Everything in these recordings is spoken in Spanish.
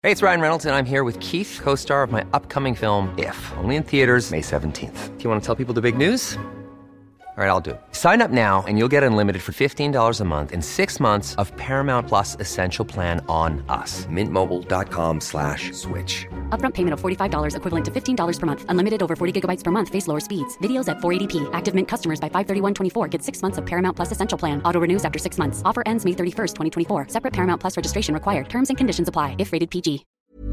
Hey, it's Ryan Reynolds, and I'm here with Keith, co-star of my upcoming film, If, only in theaters May 17th. Do you want to tell people the big news? All right, I'll do it. Sign up now and you'll get unlimited for $15 a month and 6 months of Paramount Plus Essential Plan on us. MintMobile.com/switch. Upfront payment of $45 equivalent to $15 per month. Unlimited over 40 gigabytes per month. Face lower speeds. Videos at 480p. Active Mint customers by 531.24 get 6 months of Paramount Plus Essential Plan. Auto renews after 6 months. Offer ends May 31st, 2024. Separate Paramount Plus registration required. Terms and conditions apply if rated PG.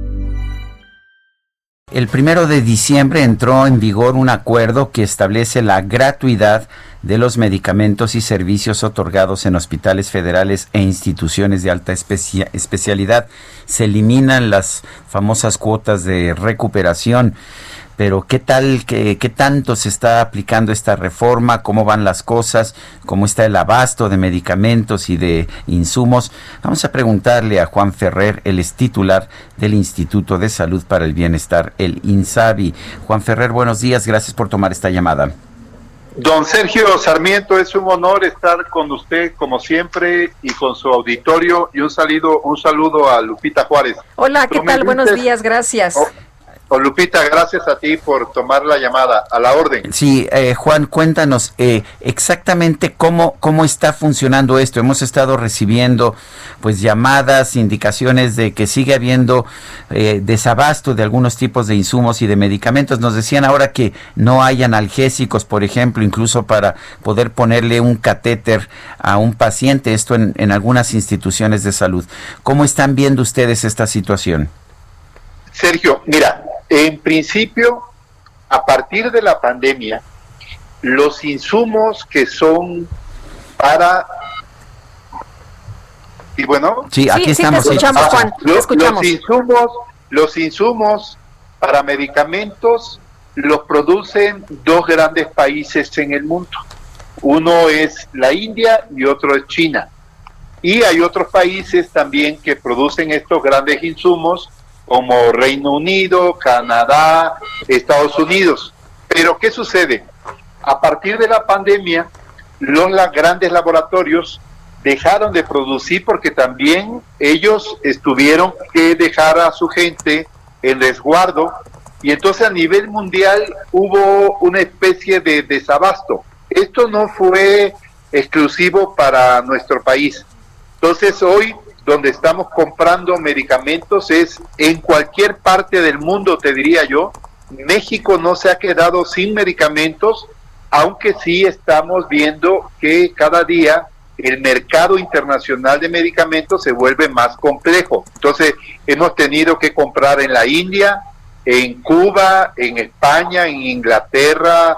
El 1 de diciembre entró en vigor un acuerdo que establece la gratuidad de los medicamentos y servicios otorgados en hospitales federales e instituciones de alta especialidad. Se eliminan las famosas cuotas de recuperación. Pero ¿qué tal, qué tanto se está aplicando esta reforma? ¿Cómo van las cosas? ¿Cómo está el abasto de medicamentos y de insumos? Vamos a preguntarle a Juan Ferrer, él es titular del Instituto de Salud para el Bienestar, el INSABI. Juan Ferrer, buenos días, gracias por tomar esta llamada. Don Sergio Sarmiento, es un honor estar con usted como siempre y con su auditorio, y un saludo a Lupita Juárez. Hola, ¿qué tal? Buenos días, gracias. Lupita, gracias a ti por tomar la llamada, a la orden. Sí, Juan, cuéntanos exactamente cómo está funcionando esto. Hemos estado recibiendo pues llamadas, indicaciones de que sigue habiendo desabasto de algunos tipos de insumos y de medicamentos. Nos decían ahora que no hay analgésicos, por ejemplo, incluso para poder ponerle un catéter a un paciente, esto en algunas instituciones de salud. ¿Cómo están viendo ustedes esta situación? Sergio, mira, en principio, a partir de la pandemia, los insumos que son para... ¿Y bueno? Sí, aquí estamos. Te escuchamos, Juan, te escuchamos. Los insumos para medicamentos los producen dos grandes países en el mundo. Uno es la India y otro es China. Y hay otros países también que producen estos grandes insumos, como Reino Unido, Canadá, Estados Unidos. Pero ¿qué sucede? A partir de la pandemia, los grandes laboratorios dejaron de producir porque también ellos tuvieron que dejar a su gente en resguardo, y entonces a nivel mundial hubo una especie de desabasto. Esto no fue exclusivo para nuestro país. Entonces hoy, donde estamos comprando medicamentos es en cualquier parte del mundo, te diría yo. México no se ha quedado sin medicamentos, aunque sí estamos viendo que cada día el mercado internacional de medicamentos se vuelve más complejo. Entonces hemos tenido que comprar en la India, en Cuba, en España, en Inglaterra,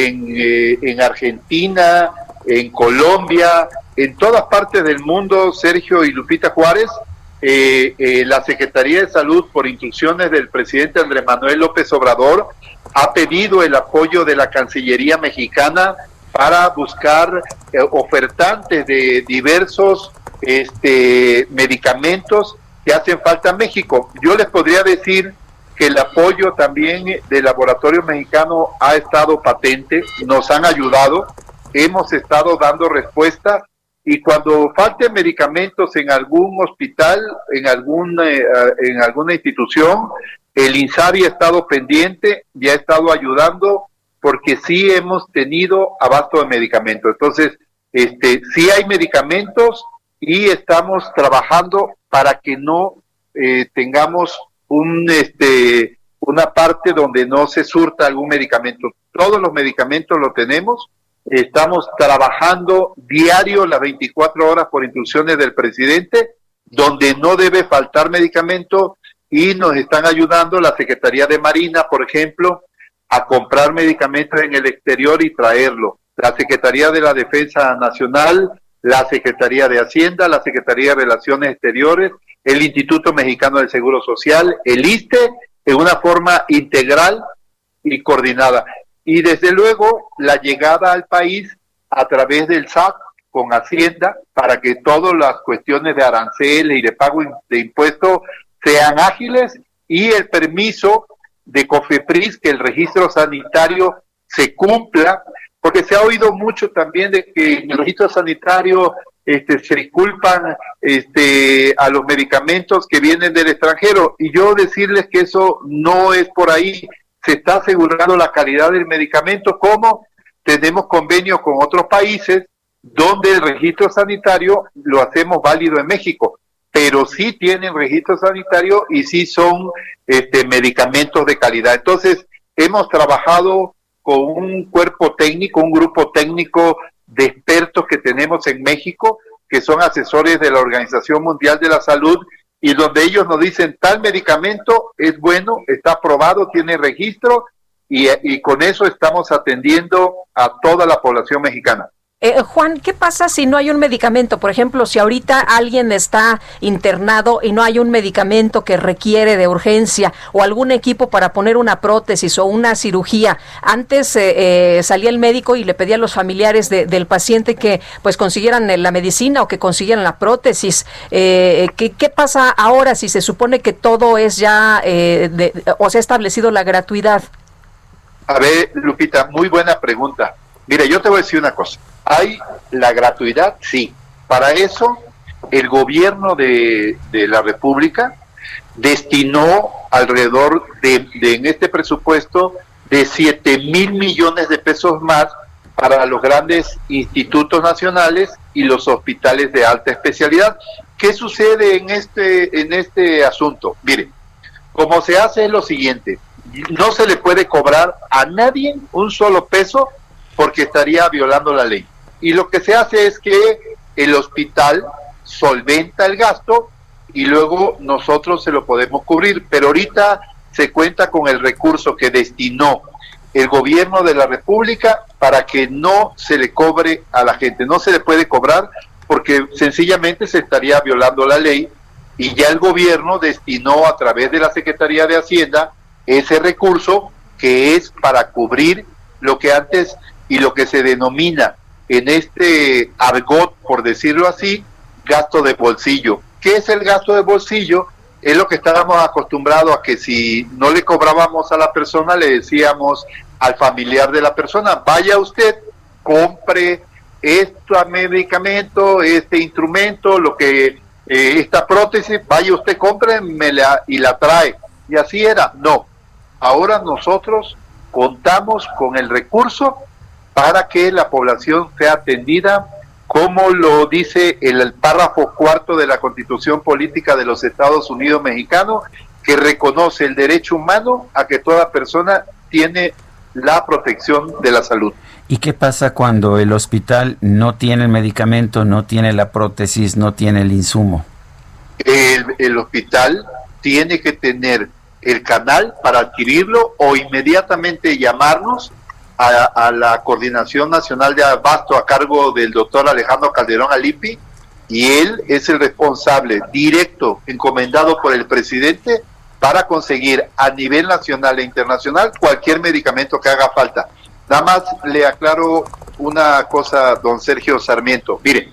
en Argentina, en Colombia, en todas partes del mundo, Sergio y Lupita Juárez. La Secretaría de Salud, por instrucciones del presidente Andrés Manuel López Obrador, ha pedido el apoyo de la Cancillería mexicana para buscar ofertantes de diversos medicamentos que hacen falta en México. Yo les podría decir que el apoyo también del laboratorio mexicano ha estado patente, nos han ayudado, hemos estado dando respuesta. Y cuando falten medicamentos en algún hospital, en alguna institución, el INSABI ha estado pendiente y ha estado ayudando, porque sí hemos tenido abasto de medicamentos. Entonces, sí hay medicamentos y estamos trabajando para que no tengamos una parte donde no se surta algún medicamento. Todos los medicamentos los tenemos. Estamos trabajando diario las 24 horas por instrucciones del presidente, donde no debe faltar medicamento, y nos están ayudando la Secretaría de Marina, por ejemplo, a comprar medicamentos en el exterior y traerlo. La Secretaría de la Defensa Nacional, la Secretaría de Hacienda, la Secretaría de Relaciones Exteriores, el Instituto Mexicano del Seguro Social, el ISSSTE, en una forma integral y coordinada. Y desde luego la llegada al país a través del SAT con Hacienda, para que todas las cuestiones de aranceles y de pago de impuestos sean ágiles, y el permiso de COFEPRIS, que el registro sanitario se cumpla, porque se ha oído mucho también de que en el registro sanitario se disculpan a los medicamentos que vienen del extranjero, y yo decirles que eso no es por ahí. Se está asegurando la calidad del medicamento, como tenemos convenios con otros países donde el registro sanitario lo hacemos válido en México, pero sí tienen registro sanitario y sí son medicamentos de calidad. Entonces, hemos trabajado con un cuerpo técnico, un grupo técnico de expertos que tenemos en México, que son asesores de la Organización Mundial de la Salud, y donde ellos nos dicen tal medicamento es bueno, está aprobado, tiene registro, y con eso estamos atendiendo a toda la población mexicana. Juan, ¿qué pasa si no hay un medicamento? Por ejemplo, si ahorita alguien está internado y no hay un medicamento que requiere de urgencia, o algún equipo para poner una prótesis o una cirugía. Antes salía el médico y le pedía a los familiares del paciente que pues consiguieran la medicina o que consiguieran la prótesis. ¿Qué pasa ahora si se supone que todo es ya, o se ha establecido la gratuidad? A ver, Lupita, muy buena pregunta. Mira, yo te voy a decir una cosa. ¿Hay la gratuidad? Sí. Para eso, el gobierno de la República destinó alrededor en este presupuesto de 7,000 millones de pesos más para los grandes institutos nacionales y los hospitales de alta especialidad. ¿Qué sucede en este asunto? Mire, como se hace es lo siguiente: no se le puede cobrar a nadie un solo peso, porque estaría violando la ley. Y lo que se hace es que el hospital solventa el gasto y luego nosotros se lo podemos cubrir. Pero ahorita se cuenta con el recurso que destinó el gobierno de la República para que no se le cobre a la gente. No se le puede cobrar porque sencillamente se estaría violando la ley, y ya el gobierno destinó a través de la Secretaría de Hacienda ese recurso, que es para cubrir lo que antes y lo que se denomina en este argot, por decirlo así, gasto de bolsillo. ¿Qué es el gasto de bolsillo? Es lo que estábamos acostumbrados a, que si no le cobrábamos a la persona, le decíamos al familiar de la persona: vaya usted, compre este medicamento, este instrumento, esta prótesis, vaya usted, cómpremela y la trae. Y así era. No, ahora nosotros contamos con el recurso para que la población sea atendida, como lo dice el párrafo 4 de la Constitución Política de los Estados Unidos Mexicanos, que reconoce el derecho humano a que toda persona tiene la protección de la salud. ¿Y qué pasa cuando el hospital no tiene el medicamento, no tiene la prótesis, no tiene el insumo? El hospital tiene que tener el canal para adquirirlo, o inmediatamente llamarnos a la Coordinación Nacional de Abasto a cargo del doctor Alejandro Calderón Alipi, y él es el responsable directo, encomendado por el presidente, para conseguir a nivel nacional e internacional cualquier medicamento que haga falta. Nada más le aclaro una cosa, don Sergio Sarmiento. Mire,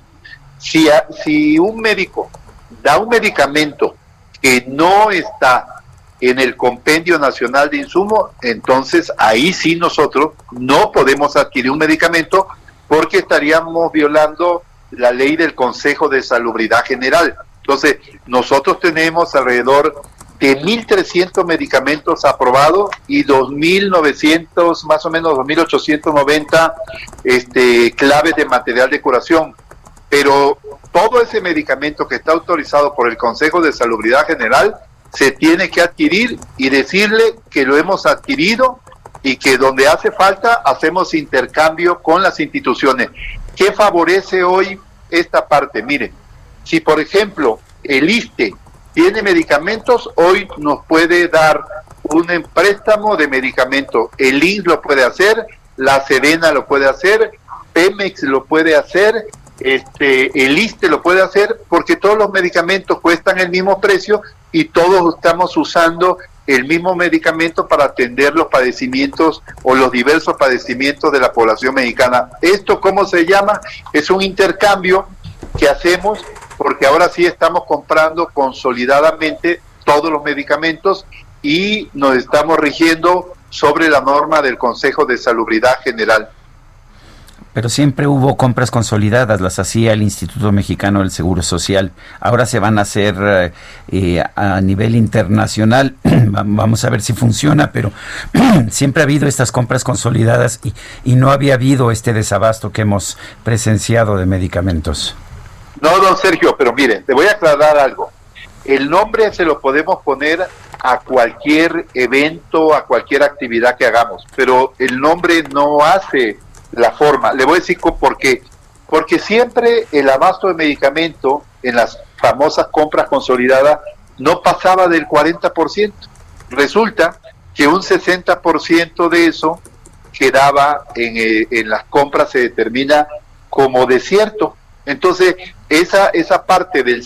si un médico da un medicamento que no está en el Compendio Nacional de Insumos, entonces ahí sí nosotros no podemos adquirir un medicamento, porque estaríamos violando la ley del Consejo de Salubridad General. Entonces, nosotros tenemos alrededor de 1,300 medicamentos aprobados y 2,900, más o menos 2,890 claves de material de curación. Pero todo ese medicamento que está autorizado por el Consejo de Salubridad General se tiene que adquirir, y decirle que lo hemos adquirido, y que donde hace falta hacemos intercambio con las instituciones. ¿Qué favorece hoy esta parte? Mire, si por ejemplo el ISSSTE tiene medicamentos, hoy nos puede dar un préstamo de medicamentos. El INSS lo puede hacer, la Sedena lo puede hacer, Pemex lo puede hacer, el ISSSTE lo puede hacer, porque todos los medicamentos cuestan el mismo precio y todos estamos usando el mismo medicamento para atender los padecimientos o los diversos padecimientos de la población mexicana. ¿Esto cómo se llama? Es un intercambio que hacemos, porque ahora sí estamos comprando consolidadamente todos los medicamentos y nos estamos rigiendo sobre la norma del Consejo de Salubridad General. Pero siempre hubo compras consolidadas, las hacía el Instituto Mexicano del Seguro Social. Ahora se van a hacer a nivel internacional. Vamos a ver si funciona, pero siempre ha habido estas compras consolidadas y no había habido este desabasto que hemos presenciado de medicamentos. No, don Sergio, pero mire, le voy a aclarar algo. El nombre se lo podemos poner a cualquier evento, a cualquier actividad que hagamos, pero el nombre no hace la forma. Le voy a decir por qué. Porque siempre el abasto de medicamento en las famosas compras consolidadas no pasaba del 40%. Resulta que un 60% de eso quedaba en las compras, se determina como desierto. Entonces, esa parte del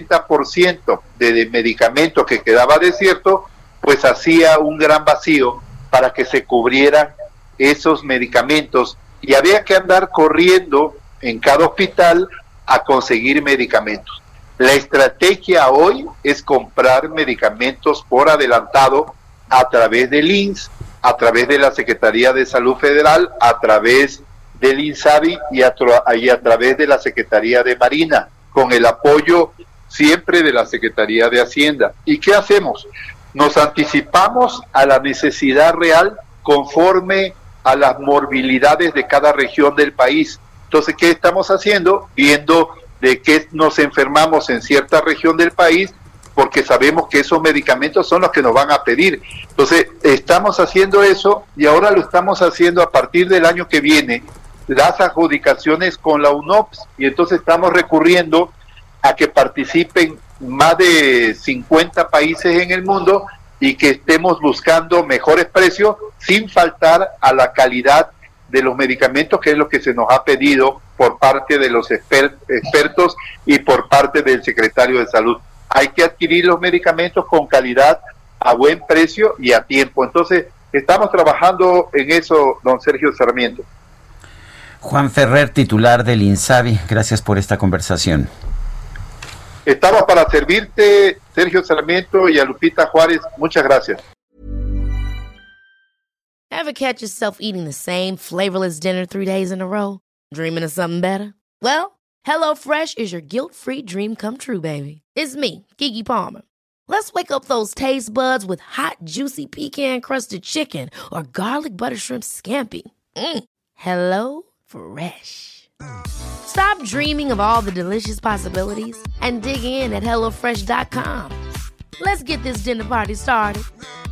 60% de medicamentos que quedaba desierto, pues hacía un gran vacío para que se cubrieran esos medicamentos y había que andar corriendo en cada hospital a conseguir medicamentos. La estrategia hoy es comprar medicamentos por adelantado a través del INSS, a través de la Secretaría de Salud Federal, a través del INSABI y a través de la Secretaría de Marina, con el apoyo siempre de la Secretaría de Hacienda. ¿Y qué hacemos? Nos anticipamos a la necesidad real conforme a las morbilidades de cada región del país. Entonces, ¿qué estamos haciendo? Viendo de qué nos enfermamos en cierta región del país, porque sabemos que esos medicamentos son los que nos van a pedir. Entonces, estamos haciendo eso y ahora lo estamos haciendo a partir del año que viene, las adjudicaciones con la UNOPS, y entonces estamos recurriendo a que participen más de 50 países en el mundo y que estemos buscando mejores precios sin faltar a la calidad de los medicamentos, que es lo que se nos ha pedido por parte de los expertos y por parte del secretario de Salud. Hay que adquirir los medicamentos con calidad, a buen precio y a tiempo. Entonces, estamos trabajando en eso, don Sergio Sarmiento. Juan Ferrer, titular del INSABI, gracias por esta conversación. Estamos para servirte, Sergio Sarmiento, y a Lupita Juárez. Muchas gracias. Ever catch yourself eating the same flavorless dinner 3 days in a row? Dreaming of something better? Well, HelloFresh is your guilt-free dream come true, baby. It's me, Keke Palmer. Let's wake up those taste buds with hot, juicy pecan-crusted chicken or garlic butter shrimp scampi. Hello Fresh. Stop dreaming of all the delicious possibilities and dig in at HelloFresh.com. Let's get this dinner party started.